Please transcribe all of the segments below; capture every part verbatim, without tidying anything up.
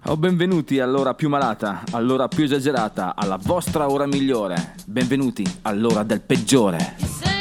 O benvenuti all'ora più malata, all'ora più esagerata, alla vostra ora migliore. Benvenuti all'ora del peggiore.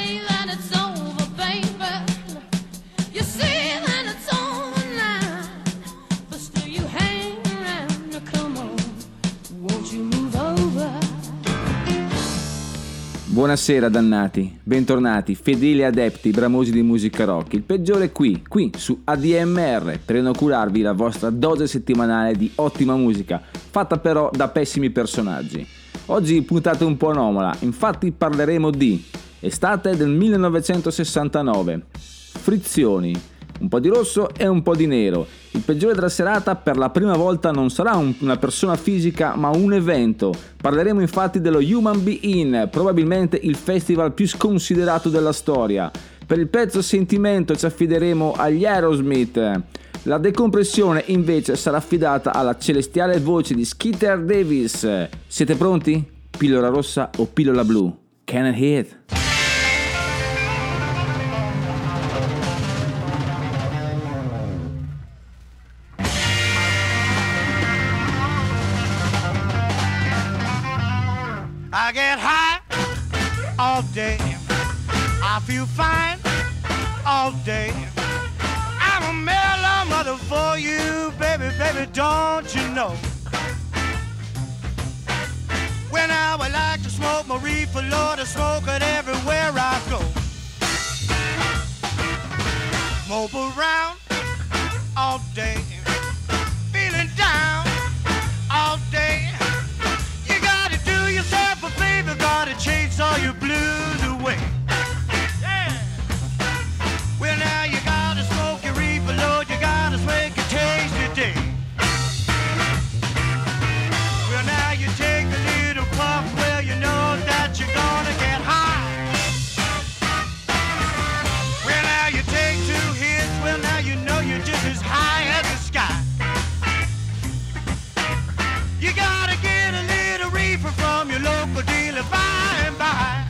Buonasera dannati, bentornati, fedeli adepti, bramosi di musica rock. Il peggiore è qui, qui su A D M R, per inocularvi la vostra dose settimanale di ottima musica, fatta però da pessimi personaggi. Oggi puntata un po' anomala, infatti parleremo di estate del millenovecentosessantanove, frizioni, un po' di rosso e un po' di nero. Il peggiore della serata per la prima volta non sarà un, una persona fisica ma un evento. Parleremo infatti dello Human Be In, probabilmente il festival più sconsiderato della storia. Per il pezzo sentimento ci affideremo agli Aerosmith. La decompressione invece sarà affidata alla celestiale voce di Skeeter Davis. Siete pronti? Pillola rossa o pillola blu? Can it hit? I get high all day, I feel fine all day. I'm a mellow mother for you, baby, baby, don't you know? When I would like to smoke my reefer, Lord, I smoke it everywhere I go. Mope around all day, feeling down all day. Baby, gotta chase all your blues away. Yeah. Well, now you gotta smoke your reefer, Lord, you gotta smoke your taste today. Well, now you take a little puff, well, you know that you're gonna get high. Well, now you take two hits, well, now you know you're just as high as the sky. You gotta get a little reefer from your local dealer by and by.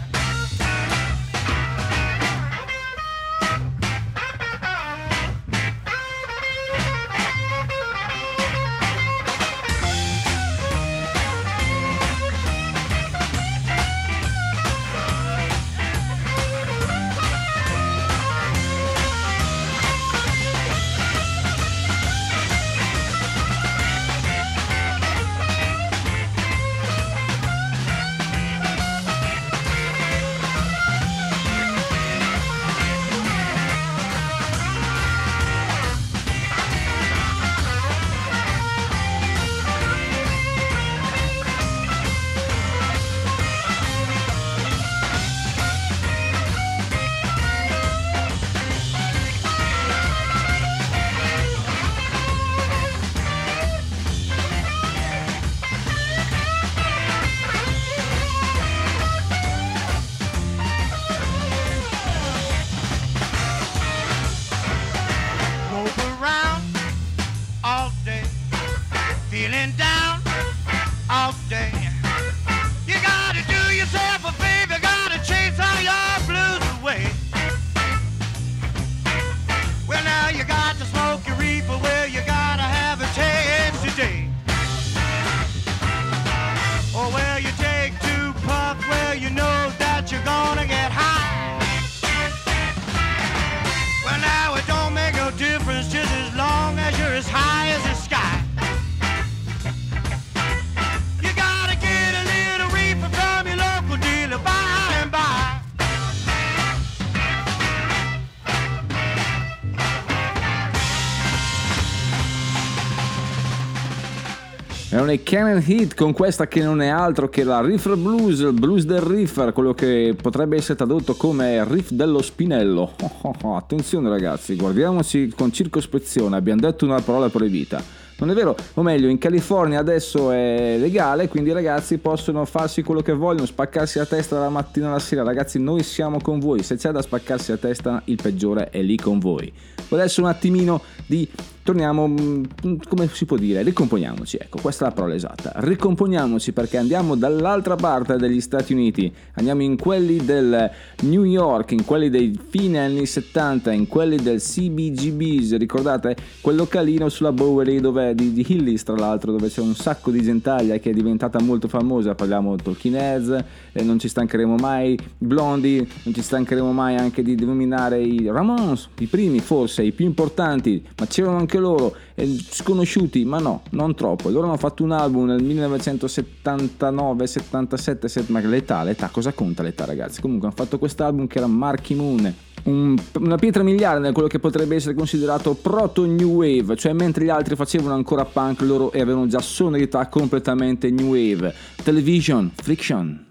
Feeling down all day. You gotta do yourself a favor, gotta chase all your blues away. Well, now you got to smoke your reefer, well, you gotta have a taste today. Oh, well, you take two puffs, well, you know that you're gonna get high. Well, now it don't make no difference just as long as you're as high as the sky. Erano i Can Hit con questa che non è altro che la Reefer Blues, il blues del reefer, quello che potrebbe essere tradotto come riff dello spinello. Oh, oh, oh. Attenzione ragazzi, guardiamoci con circospezione, abbiamo detto una parola proibita. Non è vero, o meglio, in California adesso è legale, quindi i ragazzi possono farsi quello che vogliono, spaccarsi la testa dalla mattina alla sera. Ragazzi, noi siamo con voi, se c'è da spaccarsi la testa il peggiore è lì con voi. Adesso un attimino di torniamo, come si può dire, ricomponiamoci, ecco, questa è la parola esatta, ricomponiamoci, perché andiamo dall'altra parte degli Stati Uniti, andiamo in quelli del New York, in quelli dei fine anni settanta, in quelli del C B G B's, ricordate? Quel localino sulla Bowery dove, di, di Hillis, tra l'altro, dove c'è un sacco di gentaglia che è diventata molto famosa, parliamo di Talking Heads, eh, non ci stancheremo mai, Blondie, non ci stancheremo mai anche di nominare i Ramones, i primi forse, i più importanti, ma c'erano anche loro, eh, sconosciuti, ma no, non troppo. Loro hanno fatto un album nel millenovecentosettantanove settantasette, ma l'età, l'età, cosa conta l'età, ragazzi? Comunque hanno fatto quest'album che era Marquee Moon, un, una pietra miliare nel quello che potrebbe essere considerato proto new wave, cioè mentre gli altri facevano ancora punk, loro avevano già sonorità completamente new wave. Television, Friction.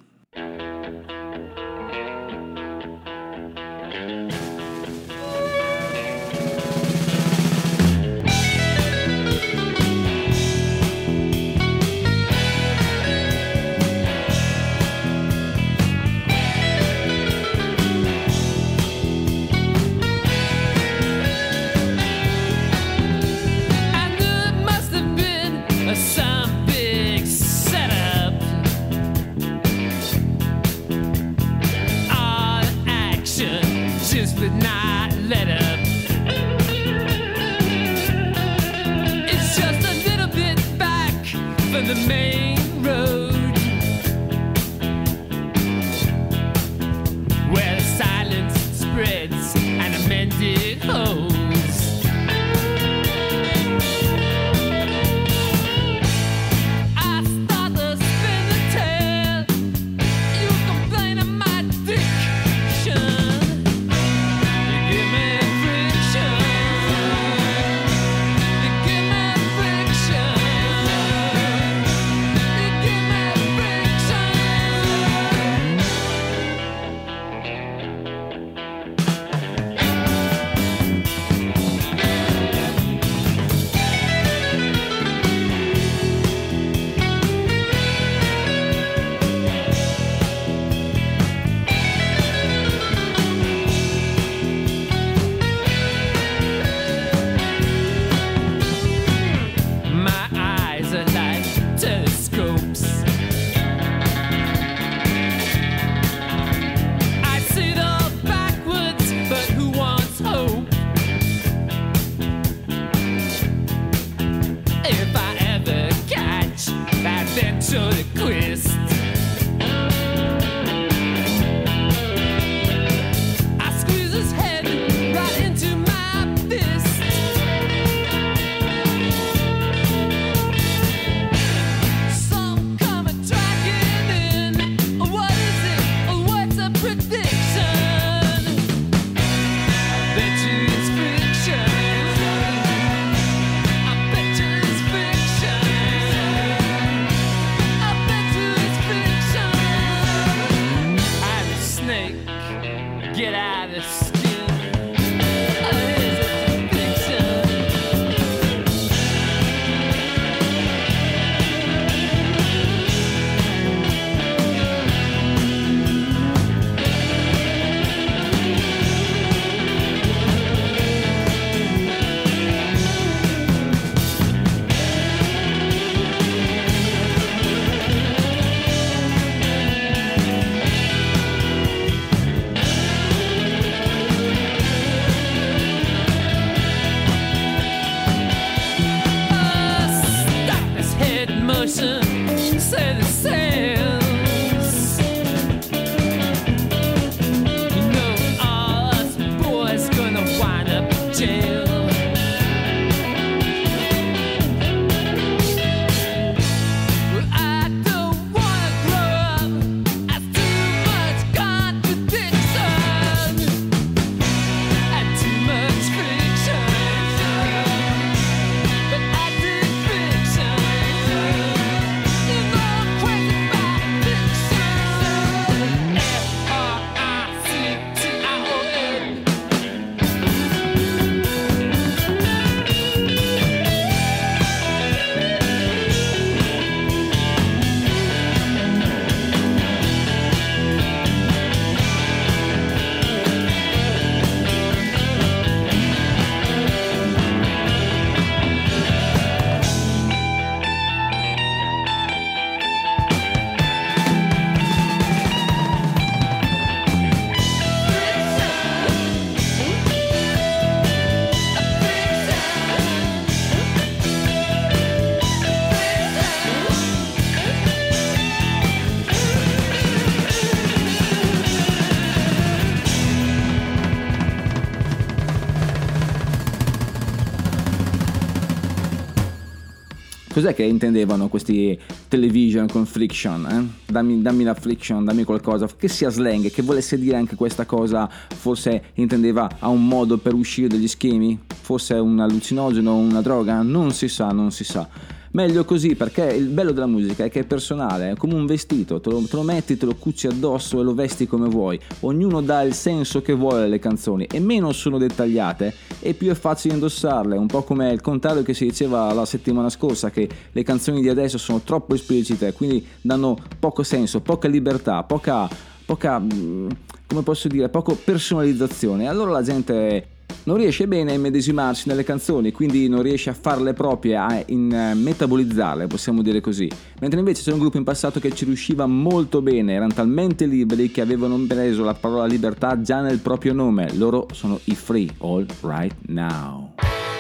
Cos'è che intendevano questi television con friction? Eh? Dammi, dammi la friction, dammi qualcosa che sia slang, che volesse dire anche questa cosa. Forse intendeva a un modo per uscire dagli schemi? Forse un allucinogeno, una droga? Non si sa, non si sa. Meglio così, perché il bello della musica è che è personale, è come un vestito, te lo, te lo metti, te lo cuci addosso e lo vesti come vuoi. Ognuno dà il senso che vuole alle canzoni, e meno sono dettagliate e più è facile indossarle, un po' come il contrario che si diceva la settimana scorsa, che le canzoni di adesso sono troppo esplicite, quindi danno poco senso, poca libertà, poca, poca come posso dire, poco personalizzazione. Allora la gente non riesce bene a immedesimarsi nelle canzoni, quindi non riesce a farle proprie, a in, uh, metabolizzarle, possiamo dire così. Mentre invece c'era un gruppo in passato che ci riusciva molto bene, erano talmente liberi che avevano preso la parola libertà già nel proprio nome. Loro sono i Free, All Right Now.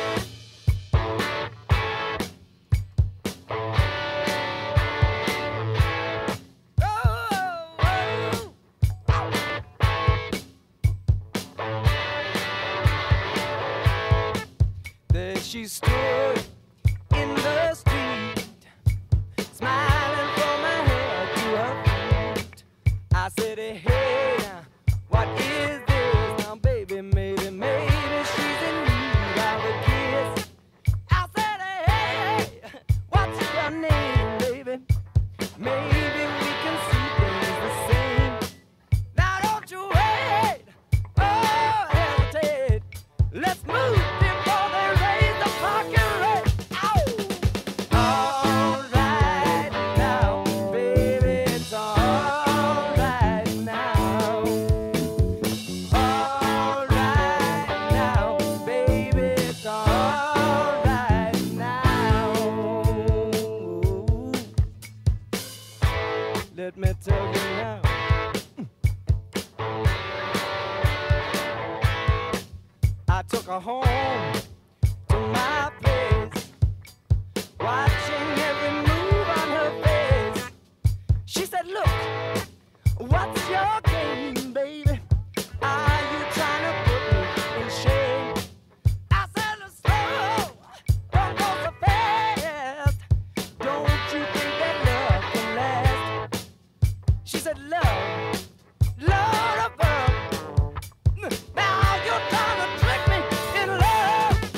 She stood in the street, smiling from her head to her feet. I said, hey, what is this now, baby? Maybe, maybe she's in need of a kiss. I said, hey, what's your name, baby? Maybe we can see things the same. Now don't you wait, oh, hesitate. Let's move. Let me tell you now. I took her home to my place, watching every move on her face. She said, look, what's your game, baby? Are you trying to put me in shame? I said, slow, don't go so fast. Don't you think that love can last? She said, love, love, love. Now you're trying to trick me in love.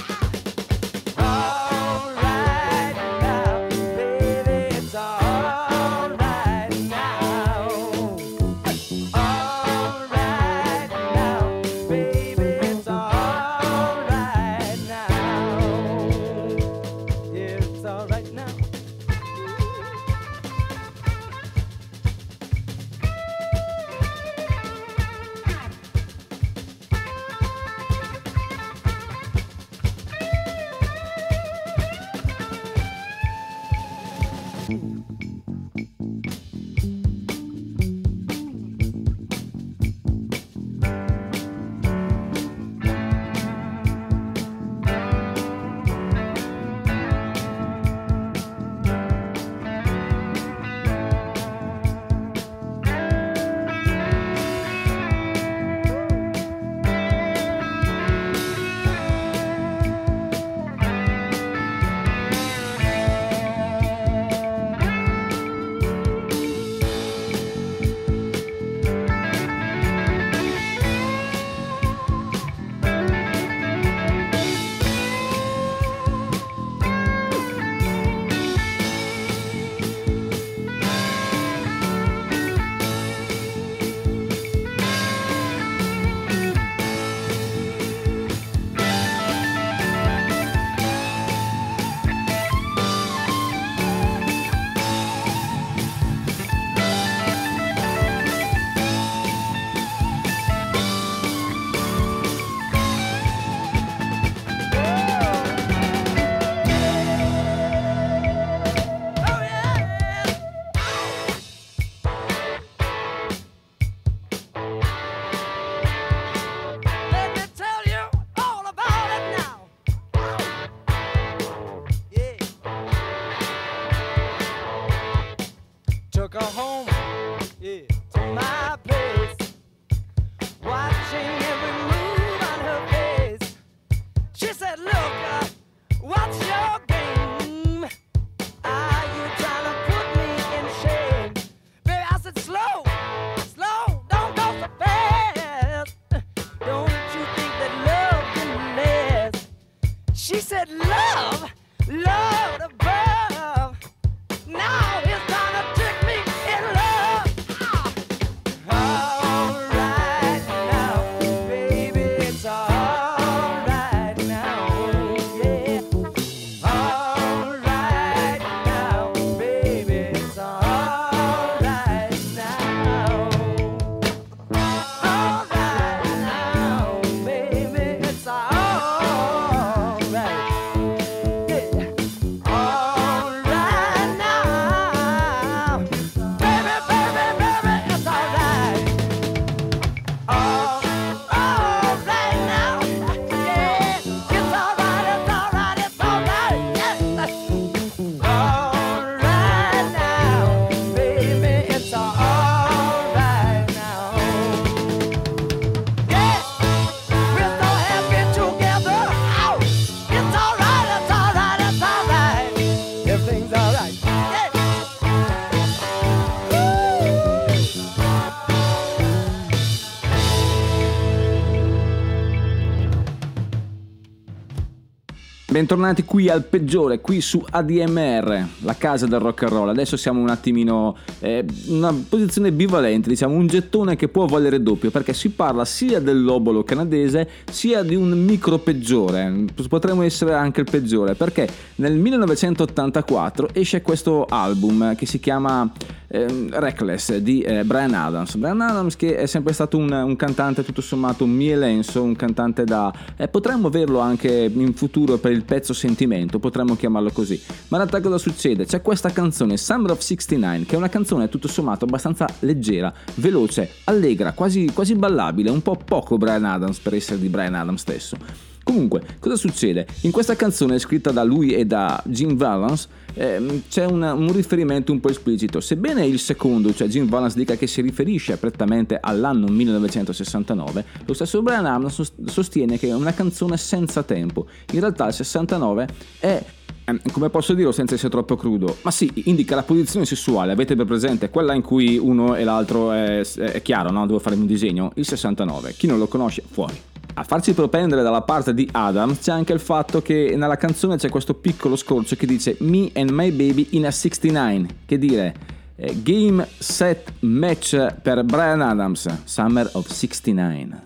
Bentornati qui al peggiore, qui su A D M R, la casa del rock and roll. Adesso siamo un attimino eh, una posizione bivalente, diciamo un gettone che può valere doppio, perché si parla sia del lobolo canadese sia di un micro peggiore. Potremmo essere anche il peggiore, perché nel millenovecentottantaquattro esce questo album che si chiama eh, Reckless di eh, Bryan Adams. Bryan Adams, che è sempre stato un, un cantante tutto sommato mielenso, un cantante da eh, potremmo averlo anche in futuro per il pezzo sentimento, potremmo chiamarlo così. Ma in realtà cosa succede? C'è questa canzone Summer of sessantanove, che è una canzone tutto sommato abbastanza leggera, veloce, allegra, quasi, quasi ballabile, un po' poco Bryan Adams per essere di Bryan Adams stesso. Comunque, cosa succede? In questa canzone scritta da lui e da Gene Valance eh, c'è una, un riferimento un po' esplicito. Sebbene il secondo, cioè Gene Valance, dica che si riferisce prettamente all'anno millenovecentosessantanove, lo stesso Bryan Adams sostiene che è una canzone senza tempo. In realtà il sessantanove è, come posso dirlo senza essere troppo crudo, ma sì, indica la posizione sessuale. Avete per presente quella in cui uno e l'altro è, è chiaro, no? Devo fare un disegno. Il sessantanove, chi non lo conosce, fuori. A farci propendere dalla parte di Adams c'è anche il fatto che nella canzone c'è questo piccolo scorcio che dice Me and my baby in a sessantanove, che dire eh, game set match per Bryan Adams, Summer of sessantanove.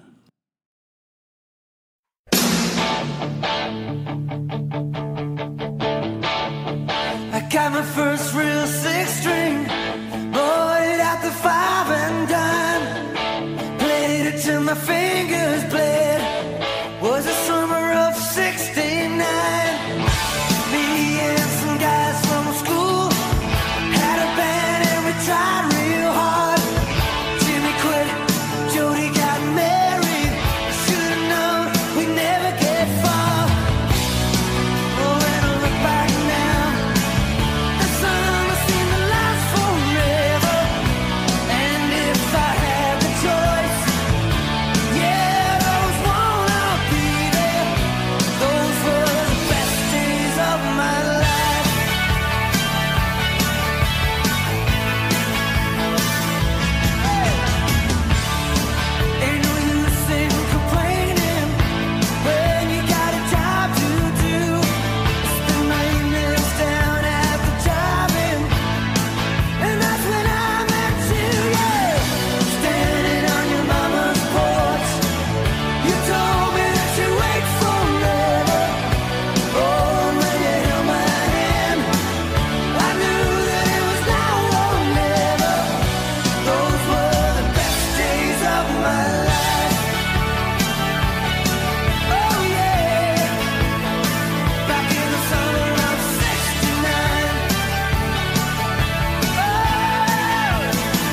I got my first real six string, bought it at the five and dime, played it till my fingers bled. Was the summer of sixty-nine. Me and some guys from school had a band and we tried real hard. Jimmy quit, Jody got married. Should've known we'd never get far. Oh, when I look back now, the summer seemed to last forever. And if I had the choice, yeah, those won't be there. Those were the best days of my life. Ain't no use in complaining when you got a job to do. Spend my evenings down at the drive-in, and that's when I met you, yeah. Standing on your mama's porch, you told me that you'd wait forever. Oh, and when you held my hand, I knew that it was now or never. Those were the best days of my life. Oh yeah, back in the summer of sixty-nine. Oh,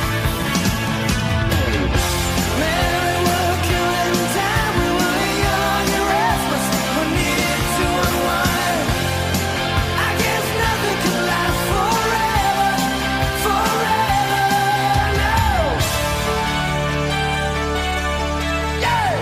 man, we were killing time. We were young and restless. We needed to unwind. I guess nothing could last forever, forever, no. Yeah.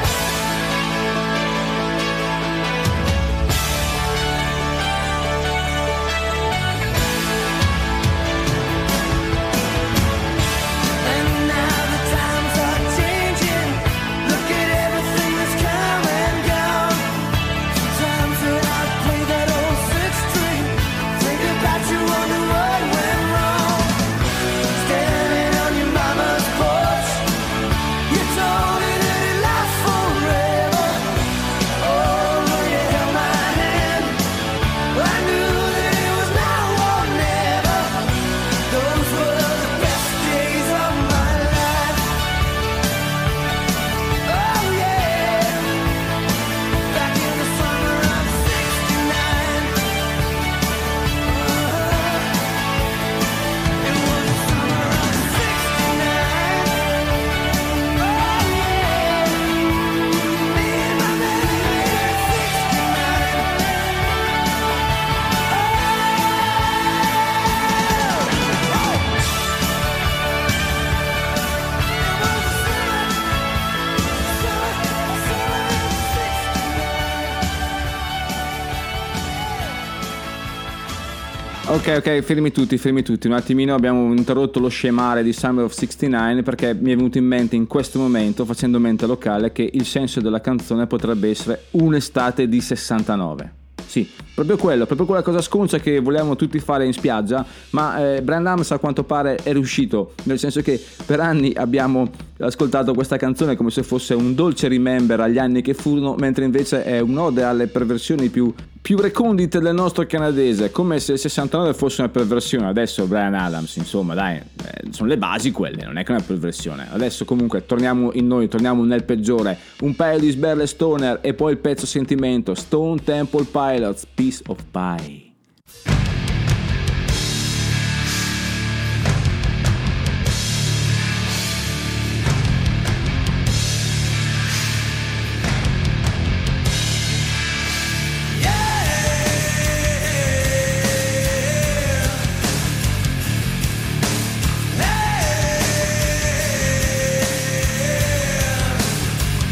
And now the times are changing. Look at everything that's come and gone. Sometimes when I play that old six string, think about you, wonder what went wrong. Standing on your mama's porch, you told me that it lasts forever. Oh, when you held my hand, I knew that it was now or never. Those were the best days of my life. Oh yeah, back in the summer of sixty-nine. It was the summer of sixty-nine. Oh yeah, me and my baby at sixty-nine. Ok, ok, fermi tutti, fermi tutti. Un attimino abbiamo interrotto lo scemare di Summer of sessantanove perché mi è venuto in mente in questo momento, facendo mente locale, che il senso della canzone potrebbe essere un'estate di sessantanove. sì, proprio quello, proprio quella cosa sconcia che vogliamo tutti fare in spiaggia, ma eh, Bryan Adams a quanto pare è riuscito, nel senso che per anni abbiamo ascoltato questa canzone come se fosse un dolce remember agli anni che furono, mentre invece è un'ode alle perversioni più, più recondite del nostro canadese, come se il sessantanove fosse una perversione. Adesso Bryan Adams, insomma, dai, eh, sono le basi quelle, non è che una perversione. Adesso comunque torniamo in noi, torniamo nel peggiore, un paio di sberle stoner e poi il pezzo sentimento, Stone Temple Pilots, Piece of Pie.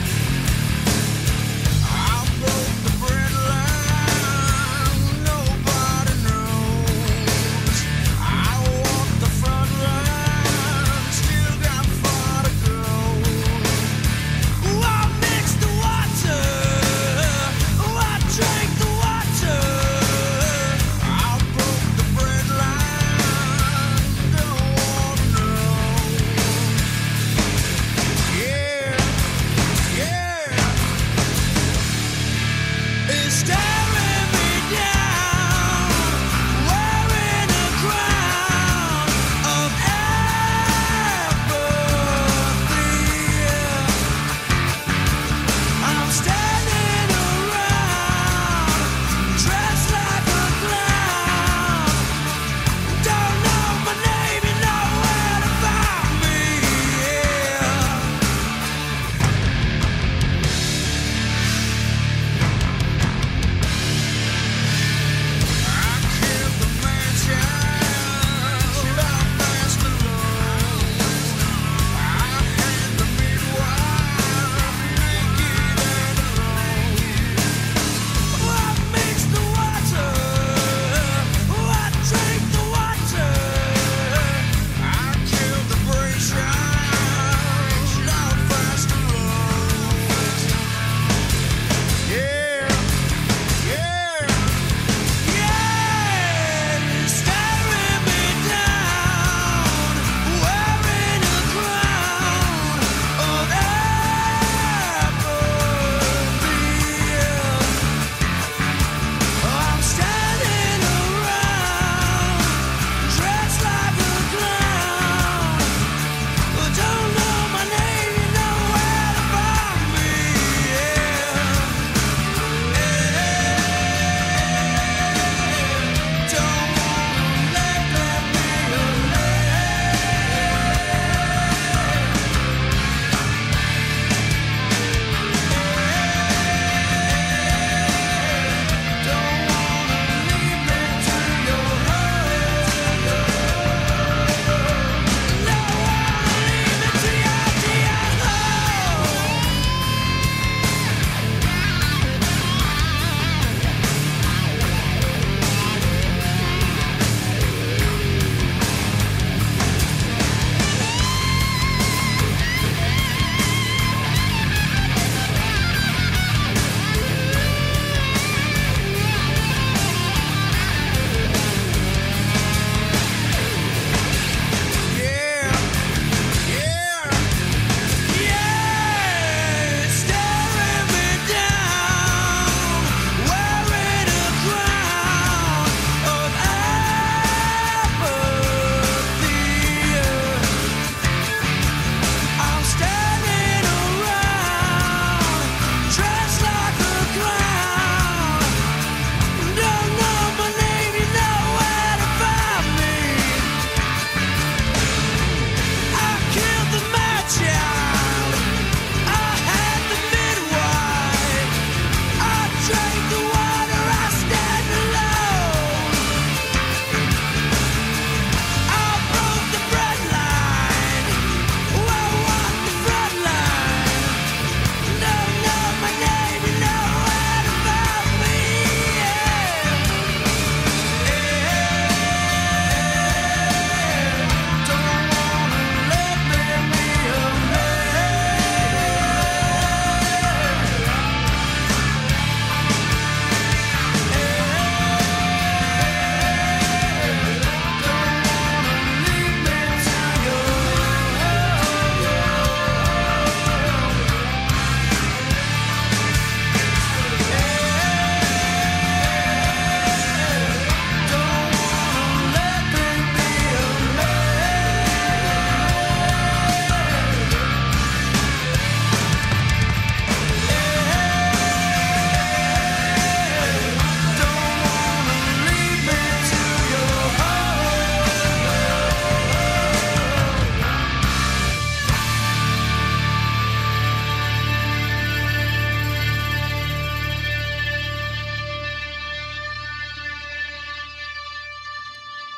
I broke the bread line, nobody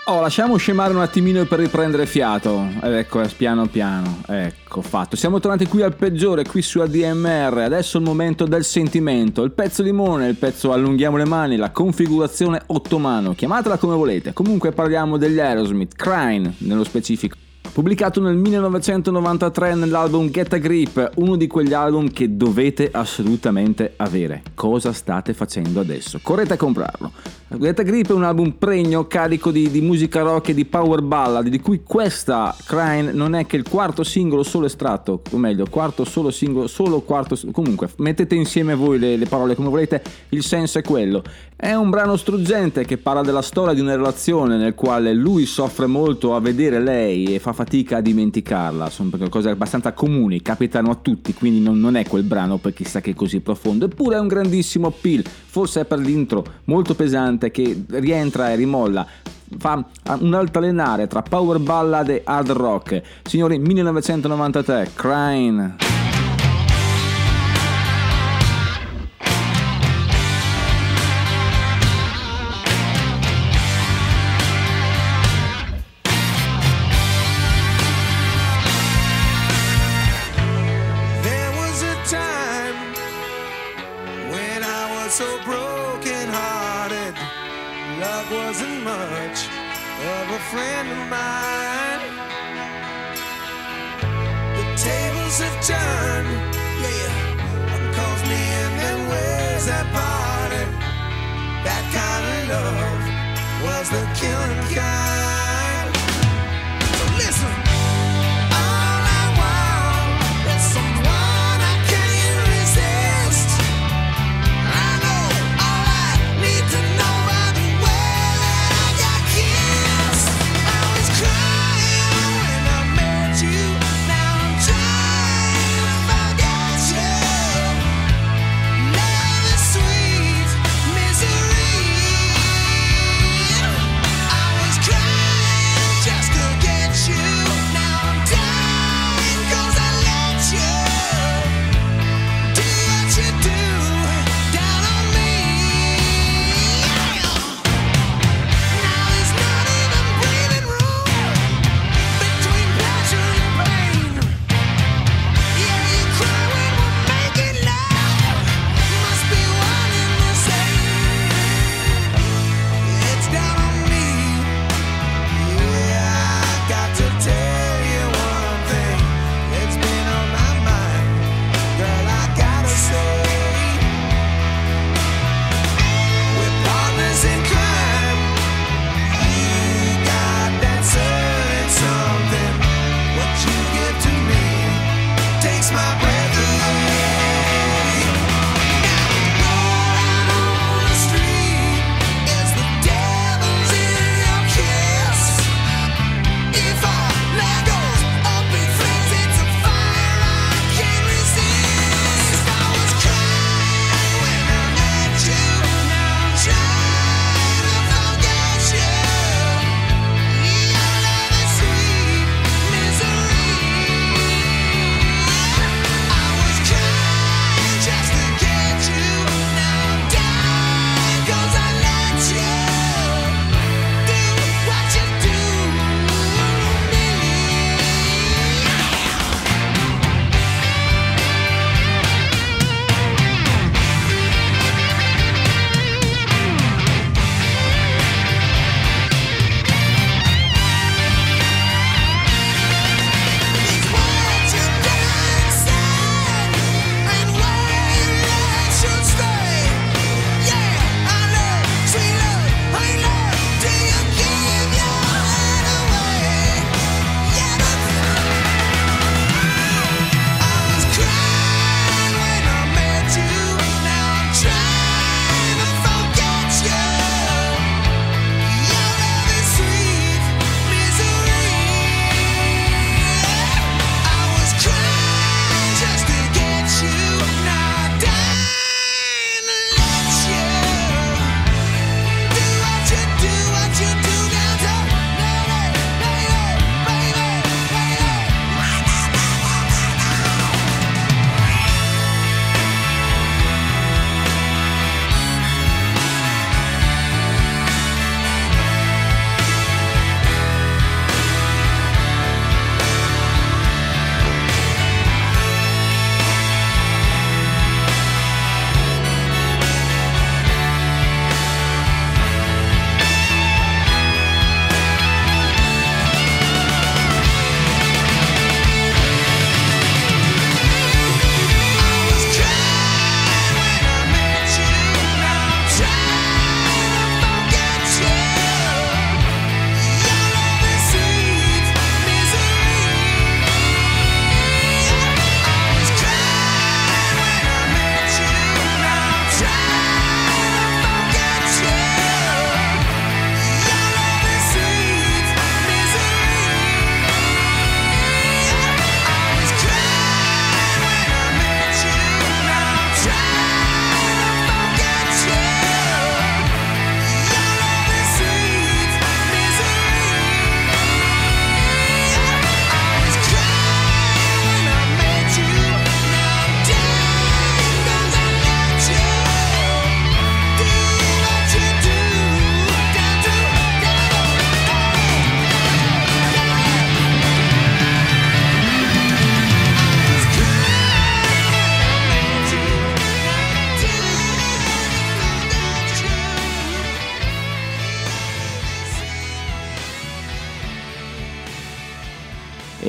Oh, lasciamo scemare un attimino per riprendere fiato. Ecco, piano piano. Ecco, fatto. Siamo tornati qui al peggiore, qui su A D M R. Adesso è il momento del sentimento. Il pezzo limone, il pezzo allunghiamo le mani, la configurazione ottomano. Chiamatela come volete. Comunque parliamo degli Aerosmith, Crying nello specifico. Pubblicato nel millenovecentonovantatré nell'album Get a Grip, uno di quegli album che dovete assolutamente avere. Cosa state facendo adesso? Correte a comprarlo. Get a Grip è un album pregno, carico di, di musica rock e di power ballad, di cui questa, Crying, non è che il quarto singolo solo estratto, o meglio, quarto solo singolo, solo quarto, comunque mettete insieme voi le, le parole come volete, il senso è quello. È un brano struggente che parla della storia di una relazione nel quale lui soffre molto a vedere lei e fa fatica a dimenticarla. Sono cose abbastanza comuni, capitano a tutti, quindi non, non è quel brano per chissà che così profondo. Eppure è un grandissimo appeal, forse è per l'intro molto pesante che rientra e rimolla. Fa un altalenare tra power ballad e hard rock. Signori, millenovecentonovantatré, Crying. So broken hearted, love wasn't much of a friend of mine. The tables have turned, yeah, calls me in them ways that parted. That kind of love was the killing kind. So listen. I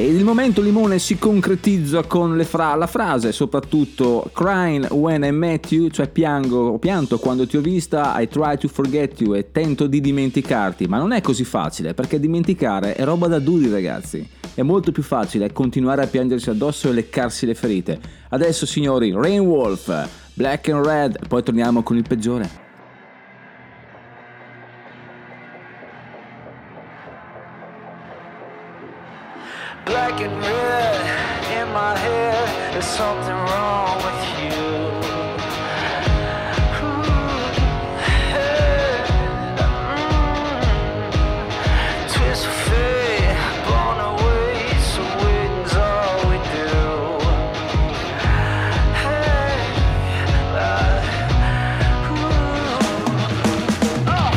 ed il momento limone si concretizza con le fra- la frase, soprattutto crying when I met you, cioè piango, ho pianto quando ti ho vista, I try to forget you, e tento di dimenticarti, ma non è così facile, perché dimenticare è roba da duri, ragazzi. È molto più facile continuare a piangersi addosso e leccarsi le ferite. Adesso, signori, Rain Wolf, Black and Red, poi torniamo con il peggiore. Black and red in my head, there's something wrong with you. Ooh, hey, mm, twist of fate, blown away, so waiting's all we do. Hey, uh, ooh, oh.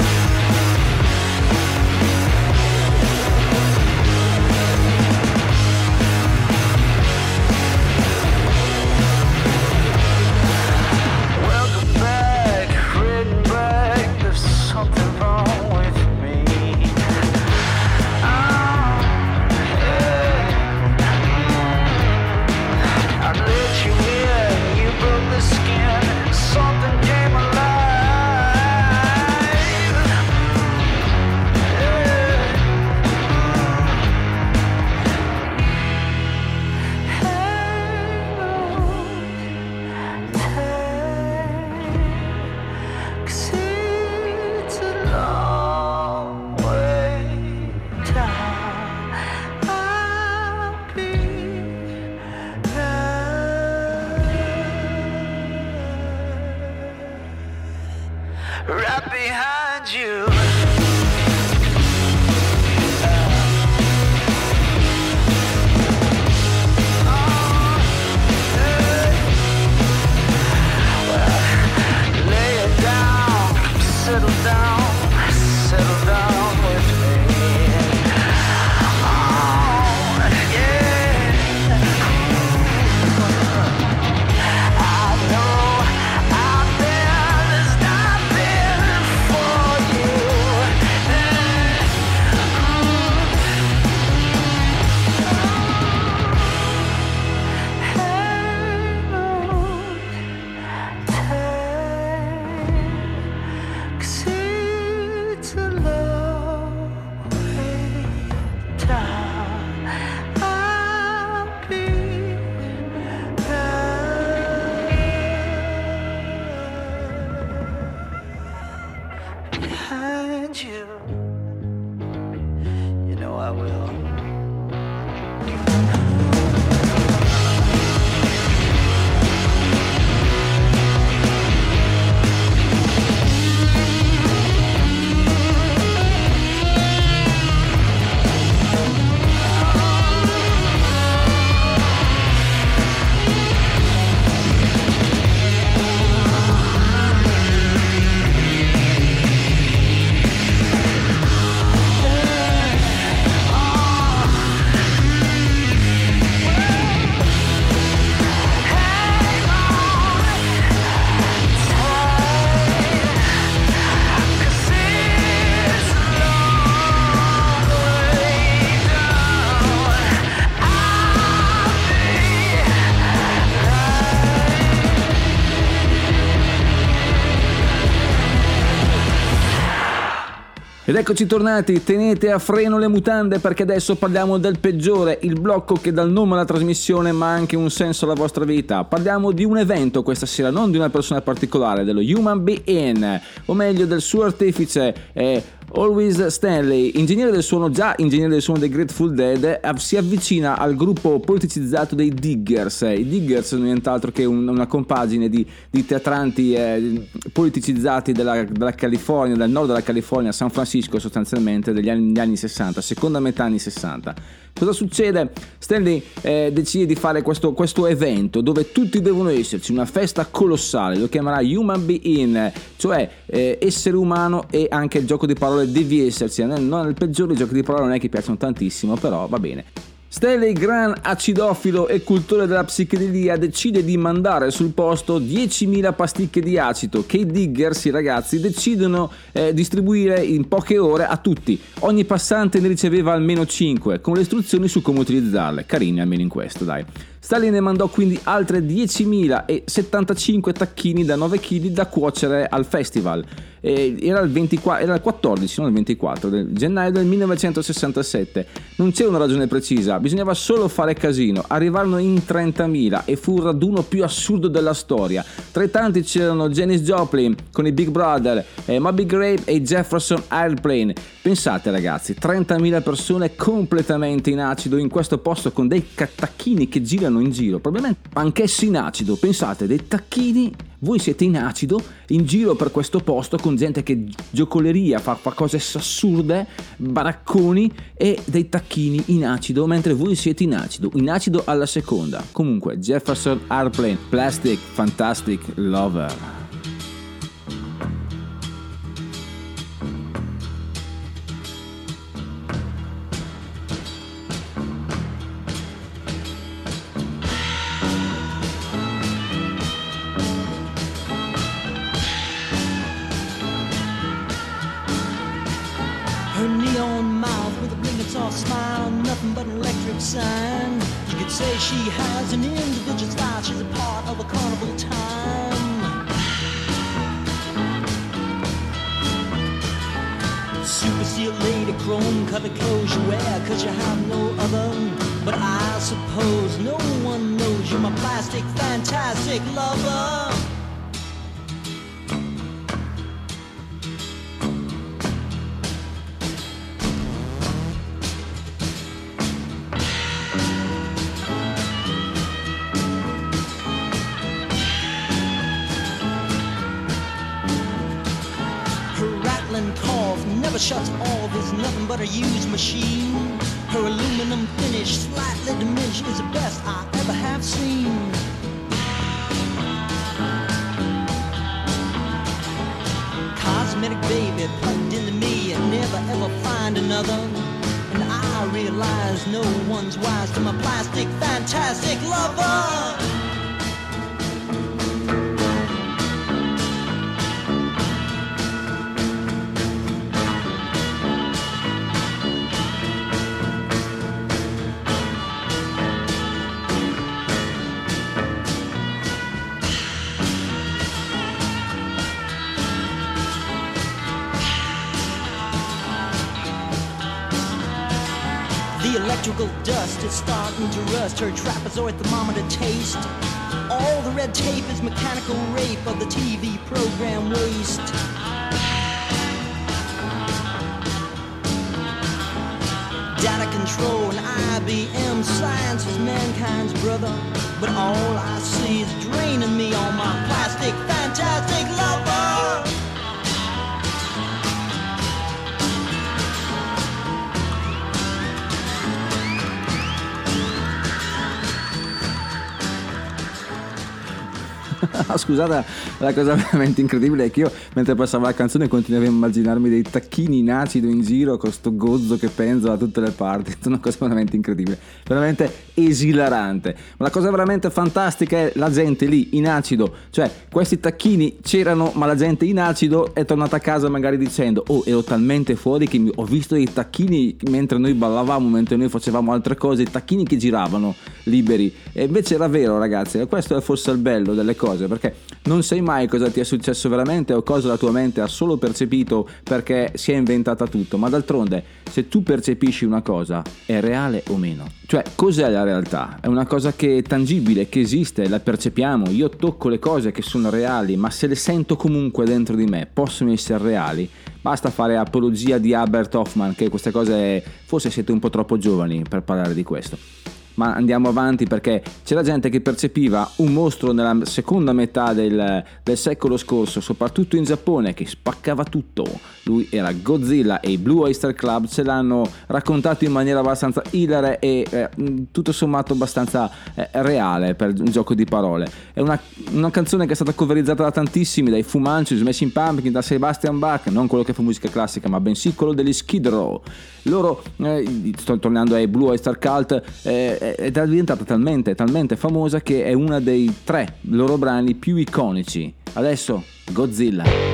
Right behind you. Settle down, settle down with me. Oh, yeah. I know out there there's nothing for you. Behind you, you know I will. Ed eccoci tornati, tenete a freno le mutande perché adesso parliamo del peggiore, il blocco che dà il nome alla trasmissione ma anche un senso alla vostra vita. Parliamo di un evento questa sera, non di una persona particolare, dello Human Being, o meglio del suo artefice, eh, Always Stanley, ingegnere del suono, già ingegnere del suono dei Grateful Dead, si avvicina al gruppo politicizzato dei Diggers. I Diggers non è nient'altro che un, una compagine di, di teatranti eh, politicizzati della, della California, del nord della California, San Francisco sostanzialmente, degli anni, degli anni sessanta, seconda metà anni sessanta. Cosa succede? Stanley eh, decide di fare questo, questo evento dove tutti devono esserci, una festa colossale, lo chiamerà Human Being, cioè eh, essere umano, e anche il gioco di parole devi esserci. Non il peggiore, i giochi di parole non è che piacciono tantissimo, però va bene. Staley, gran acidofilo e cultore della psichedelia, decide di mandare sul posto diecimila pasticche di acido che i diggers, i ragazzi, decidono eh, distribuire in poche ore a tutti. Ogni passante ne riceveva almeno cinque, con le istruzioni su come utilizzarle. Carini almeno in questo, dai. Staley ne mandò quindi altre diecimila e settantacinque tacchini da nove chili da cuocere al festival. E era, il ventiquattro, era il quattordici, non il ventiquattro, del gennaio del millenovecentosessantasette. Non c'era una ragione precisa, bisognava solo fare casino. Arrivarono in trentamila e fu il raduno più assurdo della storia. Tra i tanti c'erano Janis Joplin con i Big Brother, eh, Moby Grape e Jefferson Airplane. Pensate ragazzi, trentamila persone completamente in acido in questo posto con dei tacchini che girano in giro, probabilmente anch'essi in acido. Pensate, dei tacchini, voi siete in acido in giro per questo posto con gente che giocoleria, fa, fa cose assurde, baracconi e dei tacchini in acido mentre voi siete in acido, in acido alla seconda. Comunque Jefferson Airplane, Plastic Fantastic Lover. Her neon mouth with a blinking soft smile, nothing but an electric sign. You could say she has an individual style, she's a part of a carnival time. Super seal lady, chrome covered clothes you wear, cause you have no other. But I suppose no one knows you're my plastic, fantastic lover. Never shuts off, is nothing but a used machine. Her aluminum finish, slightly diminished, is the best I ever have seen. Cosmetic baby plugged into me and never ever find another. And I realize no one's wise to my plastic, fantastic lover. The electrical dust is starting to rust her trapezoid thermometer taste. All the red tape is mechanical rape of the T V program waste. Data control and I B M science is mankind's brother. But all I see is draining me on my plastic, fantastic lover. Scusate, la cosa veramente incredibile è che io mentre passava la canzone continuavo a immaginarmi dei tacchini in acido in giro con sto gozzo che penzola da tutte le parti. È una cosa veramente incredibile, veramente esilarante. Ma la cosa veramente fantastica è la gente lì in acido, cioè questi tacchini c'erano ma la gente in acido è tornata a casa magari dicendo: oh, ero talmente fuori che ho visto dei tacchini mentre noi ballavamo, mentre noi facevamo altre cose, i tacchini che giravano liberi. E invece era vero ragazzi, e questo è forse il bello delle cose, perché non sai mai cosa ti è successo veramente o cosa la tua mente ha solo percepito perché si è inventata tutto. Ma d'altronde, se tu percepisci una cosa, è reale o meno? Cioè, cos'è la realtà? È una cosa che è tangibile, che esiste, la percepiamo. Io tocco le cose che sono reali, ma se le sento comunque dentro di me, possono essere reali? Basta fare apologia di Albert Hoffman, che queste cose forse siete un po' troppo giovani per parlare di questo. ma andiamo avanti perché c'era gente che percepiva un mostro nella seconda metà del, del secolo scorso, soprattutto in Giappone, che spaccava tutto. Lui era Godzilla e i Blue Oyster Cult ce l'hanno raccontato in maniera abbastanza ilare e eh, tutto sommato abbastanza eh, reale per un gioco di parole. È una, una canzone che è stata coverizzata da tantissimi, dai Fu Manchu, Smashing Pumpkins, da Sebastian Bach, non quello che fa musica classica ma bensì quello degli Skid Row. Loro, eh, sto tornando ai Blue Oyster Cult, eh, è diventata talmente, talmente famosa che è una dei tre loro brani più iconici. Adesso Godzilla.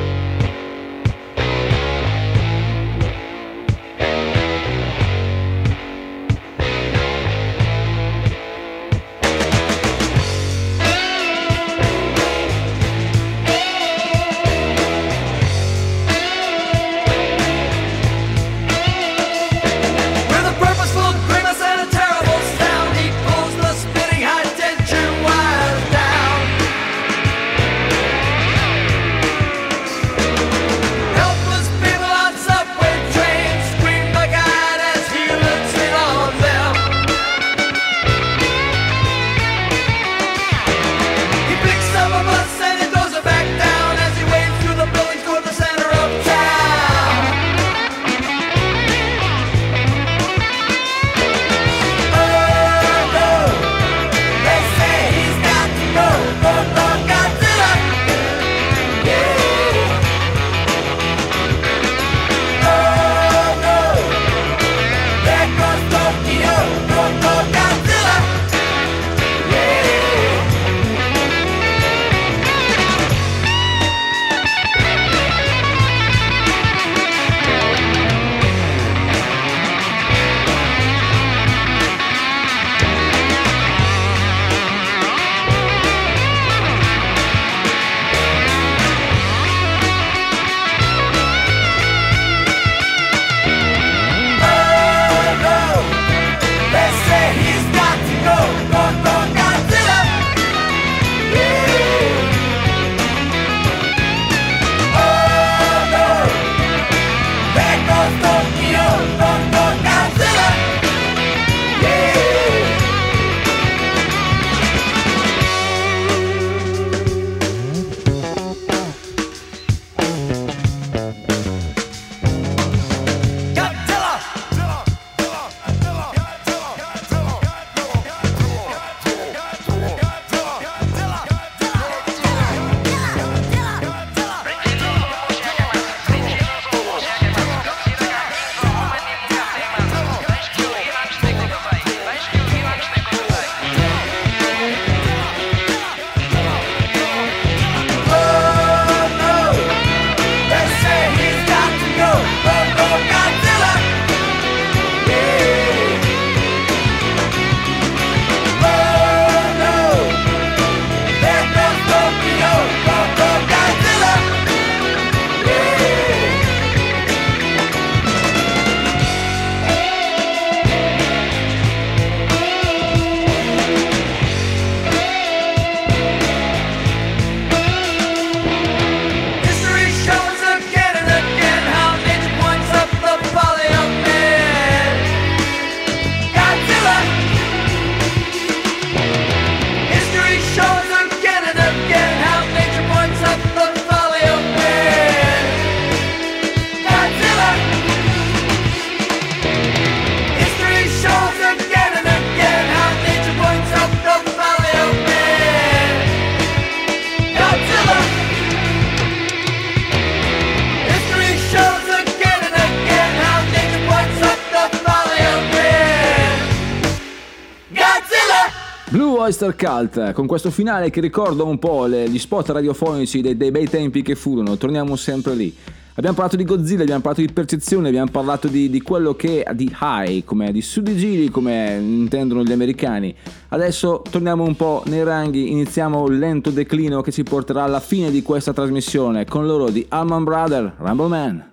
Blue Oyster Cult, con questo finale che ricorda un po' le, gli spot radiofonici dei, dei bei tempi che furono. Torniamo sempre lì. Abbiamo parlato di Godzilla, abbiamo parlato di percezione, abbiamo parlato di, di quello che di high, come di su di giri, come intendono gli americani. Adesso torniamo un po' nei ranghi, iniziamo il lento declino che ci porterà alla fine di questa trasmissione con loro di Allman Brothers, Rumble Man.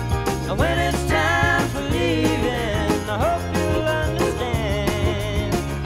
When it's time for leaving, I hope you'll understand.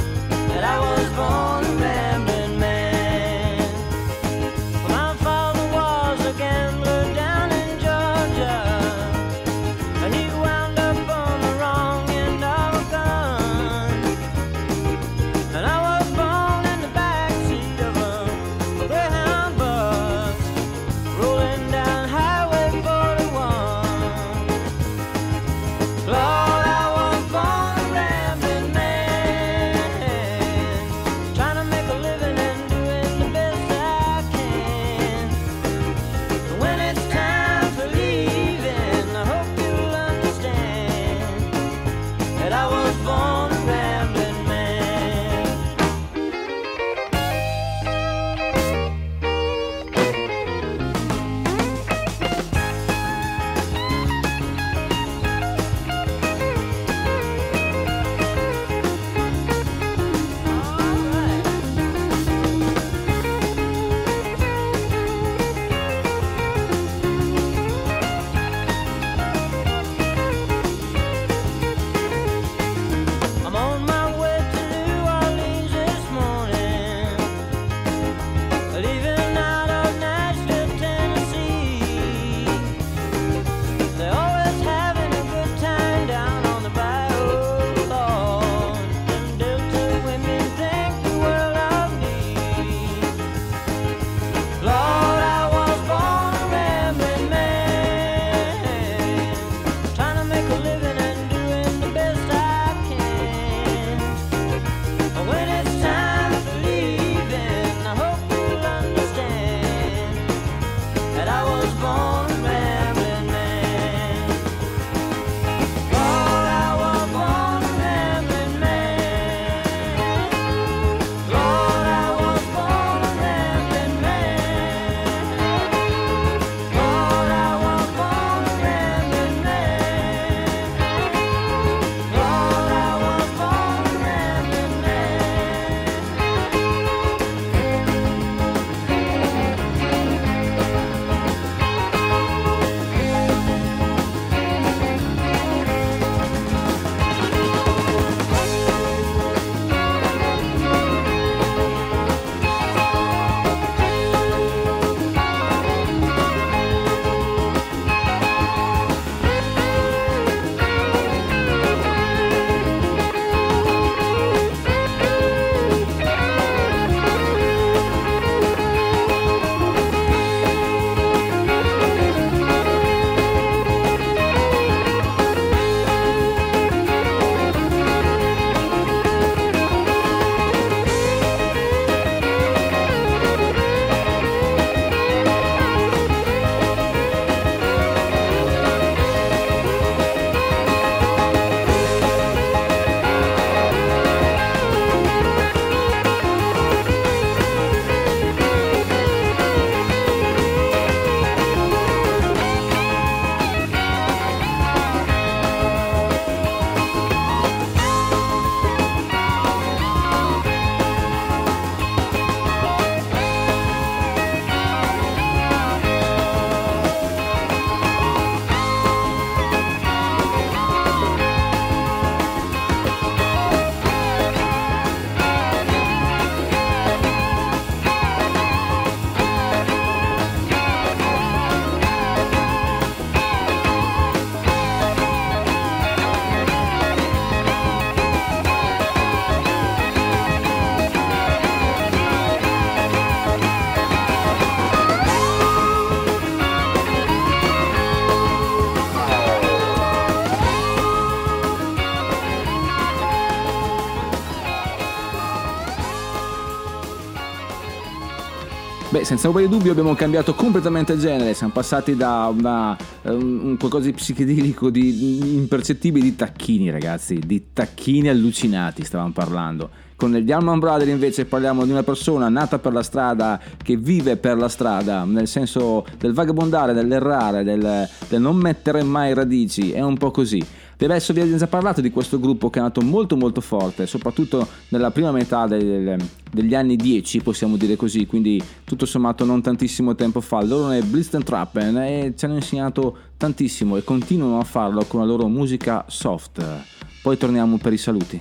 Beh, senza ombra di dubbio abbiamo cambiato completamente genere, siamo passati da una, un, un qualcosa di psichedelico, di impercettibile, di tacchini, ragazzi, di tacchini allucinati stavamo parlando. Con gli Allman Brothers invece parliamo di una persona nata per la strada, che vive per la strada, nel senso del vagabondare, dell'errare, del, del non mettere mai radici, è un po' così. E adesso vi abbiamo già parlato di questo gruppo che è nato molto molto forte, soprattutto nella prima metà del, degli anni dieci, possiamo dire così, quindi tutto sommato non tantissimo tempo fa. Loro è Blitzen Trappen e ci hanno insegnato tantissimo e continuano a farlo con la loro musica soft. Poi torniamo per i saluti.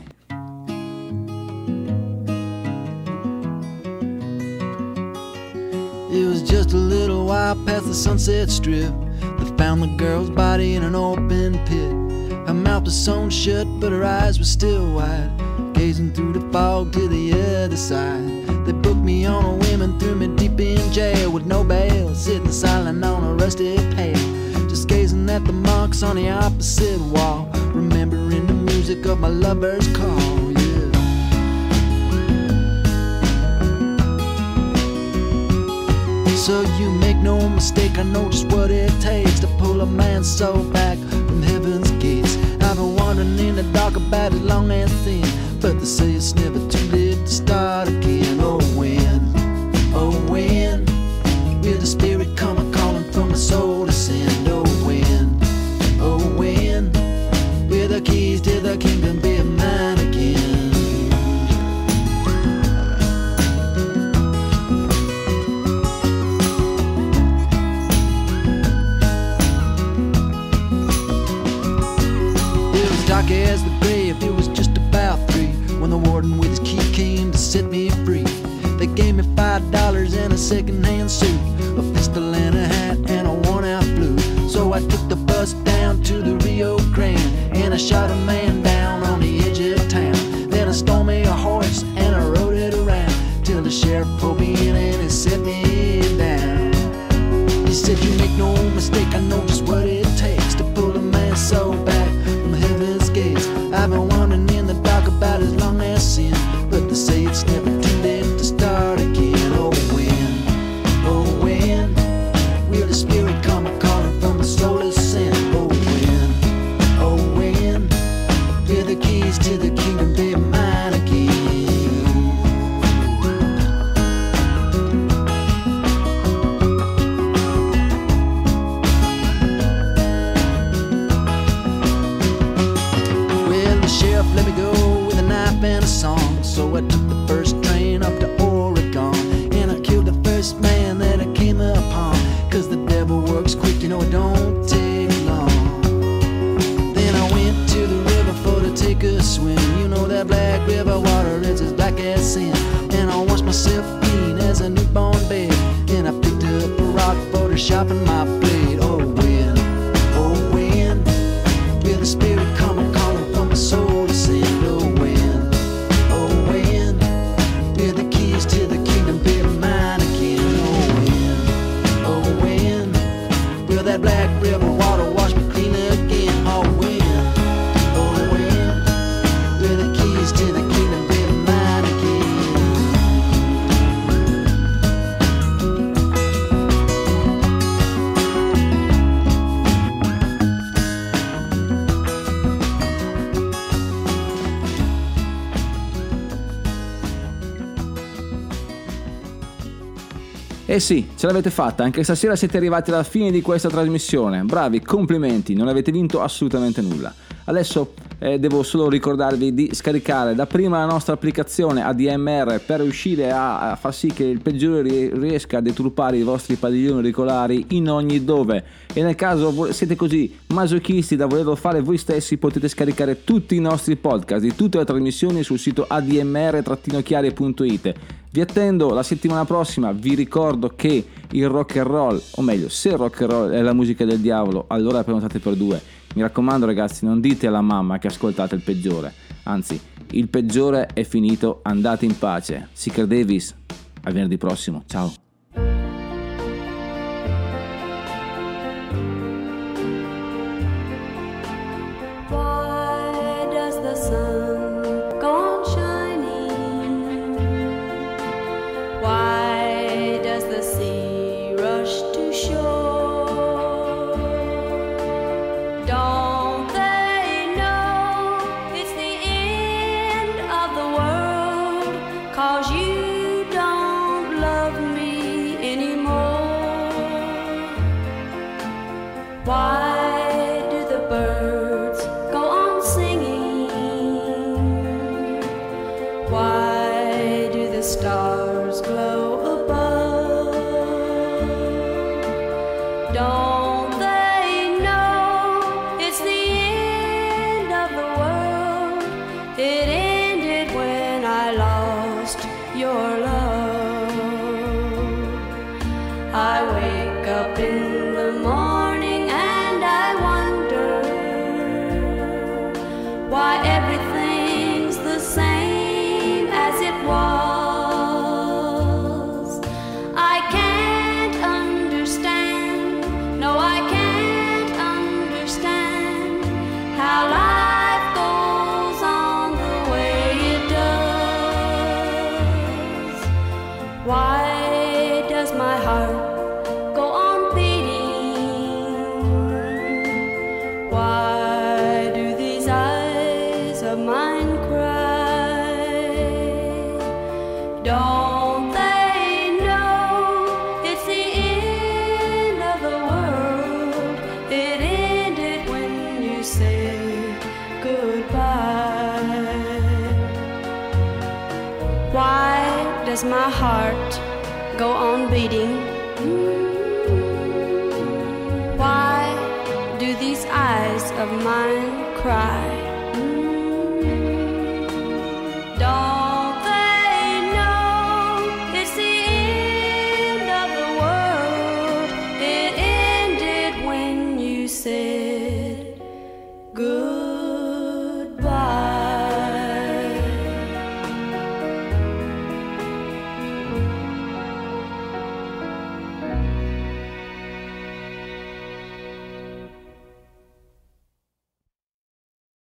It was just a little while past the Sunset Strip that found the girl's body in an open pit. Her mouth was sewn shut, but her eyes were still wide, gazing through the fog to the other side. They booked me on a whim and threw me deep in jail with no bail, sitting silent on a rusty pail, just gazing at the marks on the opposite wall, remembering the music of my lover's call. Yeah. So you make no mistake, I know just what it takes to pull a man's soul back from heaven's gates. I've been wandering in the dark about as long as thin, but they say it's never too late to start again. Oh when, oh when, will the spirit come a calling from my soul to send? Oh when, oh when, will the keys to the kingdom be mine again? Dark as the grave, it was just about three when the warden with his key came to set me free. They gave me five dollars and a second-hand suit, a pistol and a hat and a worn-out blue. So I took the bus down to the Rio Grande and I shot a man down on the edge of town. Then I stole me a horse and I rode it around till the sheriff pulled me in and he set me down. He said, you make no mistake, I know just what it takes to pull a man's soul back from heaven's gates. I've been wandering in the dark about as long as sin, but they say it's never too late to start again. Oh when, oh when, will the spirit come a calling from the soulless sin? Oh when, oh when, will the keys to the kingdom be mine again? Let me go with a knife and a song. So I took the first train up to Oregon, and I killed the first man that I came upon. Cause the devil works quick, you know it don't take long. Then I went to the river for to take a swim. You know that black river water, it's as black as sin. And I washed myself clean as a newborn babe, and I picked up a rock for to sharpen my blade. Oh when, oh when, will the spirit come a calling from my soul to send? Oh when, oh when, will the keys to the kingdom be mine again? Oh when, oh when, will that black river water wash me clean again? Oh when, oh when, will the keys to the kingdom be mine again? Eh sì, ce l'avete fatta, anche stasera siete arrivati alla fine di questa trasmissione. Bravi, complimenti, non avete vinto assolutamente nulla. Adesso eh, devo solo ricordarvi di scaricare dapprima la nostra applicazione A D M R per riuscire a, a far sì che il peggiore riesca a deturpare i vostri padiglioni auricolari in ogni dove. E nel caso siete così masochisti da volerlo fare voi stessi, potete scaricare tutti i nostri podcast di tutte le trasmissioni sul sito a d m r chiari punto i t. Vi attendo la settimana prossima. Vi ricordo che il rock and roll, o meglio, se il rock and roll è la musica del diavolo, allora prenotate per due. Mi raccomando ragazzi, non dite alla mamma che ascoltate il peggiore, anzi, il peggiore è finito, andate in pace. Secret Davis, a venerdì prossimo, ciao. Why does the sun go on shining? Why does the up in the morning and I wonder why everything's the same as it was. I can't understand, no I can't understand how life goes on the way it does. Why does my heart go on beating? Why do these eyes of mine cry? Don't they know it's the end of the world? It ended when you said goodbye. Why does my heart go on beating?